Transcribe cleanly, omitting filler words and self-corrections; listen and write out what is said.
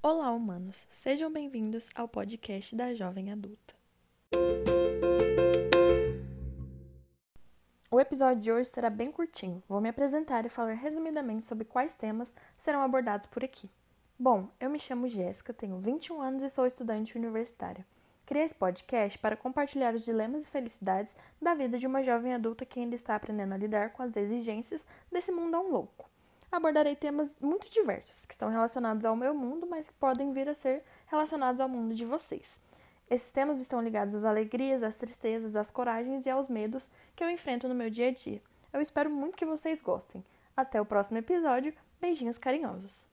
Olá, humanos! Sejam bem-vindos ao podcast da Jovem Adulta. O episódio de hoje será bem curtinho. Vou me apresentar e falar resumidamente sobre quais temas serão abordados por aqui. Bom, eu me chamo Jéssica, tenho 21 anos e sou estudante universitária. Criei esse podcast para compartilhar os dilemas e felicidades da vida de uma jovem adulta que ainda está aprendendo a lidar com as exigências desse mundão louco. Abordarei temas muito diversos, que estão relacionados ao meu mundo, mas que podem vir a ser relacionados ao mundo de vocês. Esses temas estão ligados às alegrias, às tristezas, às coragens e aos medos que eu enfrento no meu dia a dia. Eu espero muito que vocês gostem. Até o próximo episódio. Beijinhos carinhosos.